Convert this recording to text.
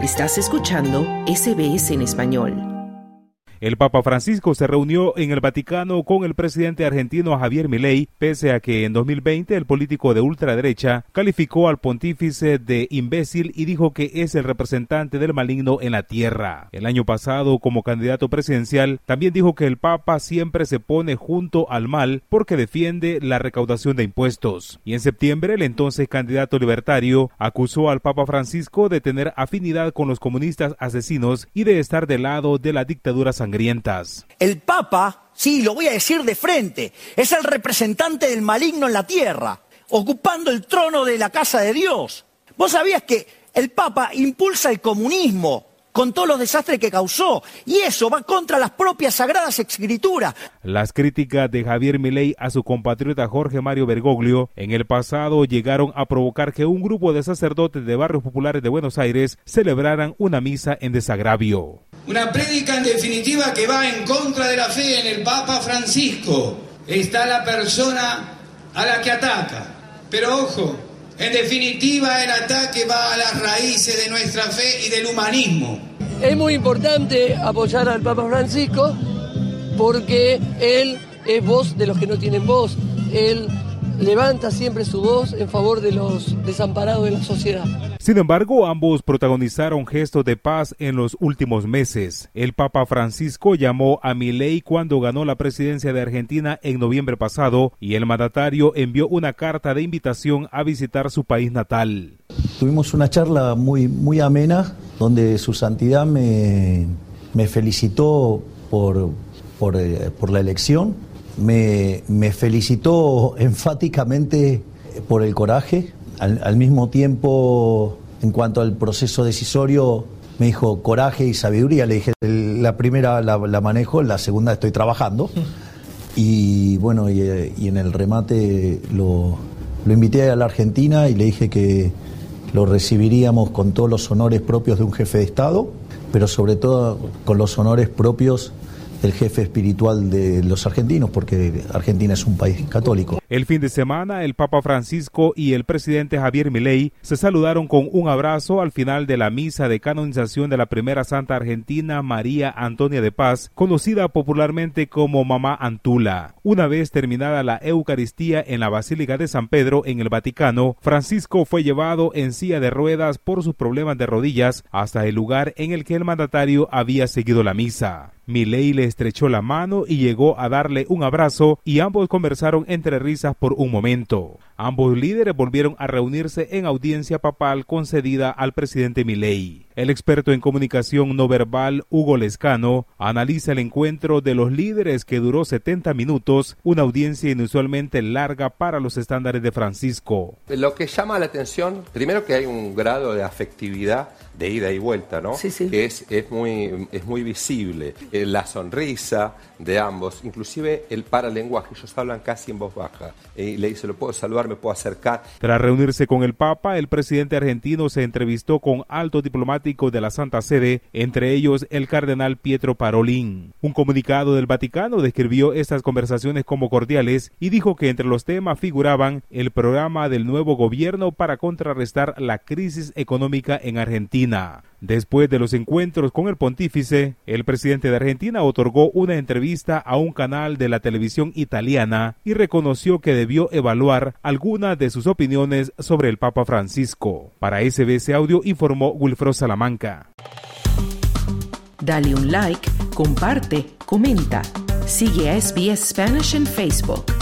Estás escuchando SBS en español. El Papa Francisco se reunió en el Vaticano con el presidente argentino Javier Milei, pese a que en 2020 el político de ultraderecha calificó al pontífice de imbécil y dijo que es el representante del maligno en la tierra. El año pasado, como candidato presidencial, también dijo que el Papa siempre se pone junto al mal porque defiende la recaudación de impuestos. Y en septiembre, el entonces candidato libertario acusó al Papa Francisco de tener afinidad con los comunistas asesinos y de estar del lado de la dictadura sangrientas. El Papa, sí, lo voy a decir de frente, es el representante del maligno en la tierra, ocupando el trono de la casa de Dios. ¿Vos sabías que el Papa impulsa el comunismo con todos los desastres que causó? Y eso va contra las propias sagradas escrituras. Las críticas de Javier Milei a su compatriota Jorge Mario Bergoglio en el pasado llegaron a provocar que un grupo de sacerdotes de barrios populares de Buenos Aires celebraran una misa en desagravio. Una prédica en definitiva que va en contra de la fe en el Papa Francisco. Está la persona a la que ataca. Pero ojo, en definitiva el ataque va a las raíces de nuestra fe y del humanismo. Es muy importante apoyar al Papa Francisco porque él es voz de los que no tienen voz. Él levanta siempre su voz en favor de los desamparados de la sociedad. Sin embargo, ambos protagonizaron gestos de paz en los últimos meses. El Papa Francisco llamó a Milei cuando ganó la presidencia de Argentina en noviembre pasado y el mandatario envió una carta de invitación a visitar su país natal. Tuvimos una charla muy amena donde su santidad me felicitó por la elección. Me felicitó enfáticamente por el coraje. Al mismo tiempo, en cuanto al proceso decisorio, me dijo coraje y sabiduría. Le dije, la primera la manejo, la segunda estoy trabajando. Y bueno, y en el remate lo invité a la Argentina y le dije que lo recibiríamos con todos los honores propios de un jefe de Estado, pero sobre todo con los honores propios del jefe espiritual de los argentinos, porque Argentina es un país católico. El fin de semana, el Papa Francisco y el presidente Javier Milei se saludaron con un abrazo al final de la misa de canonización de la primera santa argentina, María Antonia de Paz, conocida popularmente como Mamá Antula. Una vez terminada la Eucaristía en la Basílica de San Pedro en el Vaticano, Francisco fue llevado en silla de ruedas por sus problemas de rodillas hasta el lugar en el que el mandatario había seguido la misa. Milei le estrechó la mano y llegó a darle un abrazo y ambos conversaron entre risas por un momento. Ambos líderes volvieron a reunirse en audiencia papal concedida al presidente Milei. El experto en comunicación no verbal Hugo Lescano analiza el encuentro de los líderes que duró 70 minutos, una audiencia inusualmente larga para los estándares de Francisco. Lo que llama la atención, primero que hay un grado de afectividad de ida y vuelta, ¿no? Sí. Que es muy visible. La sonrisa de ambos, inclusive el paralenguaje, ellos hablan casi en voz baja. Y le dice, ¿lo puedo saludar? ¿Me puedo acercar? Tras reunirse con el Papa, el presidente argentino se entrevistó con altos diplomáticos de la Santa Sede, entre ellos el cardenal Pietro Parolin. Un comunicado del Vaticano describió estas conversaciones como cordiales y dijo que entre los temas figuraban el programa del nuevo gobierno para contrarrestar la crisis económica en Argentina. Después de los encuentros con el pontífice, el presidente de Argentina otorgó una entrevista a un canal de la televisión italiana y reconoció que debió evaluar algunas de sus opiniones sobre el Papa Francisco. Para SBS Audio informó Wilfredo Salamanca. Dale un like, comparte, comenta. Sigue a SBS Spanish en Facebook.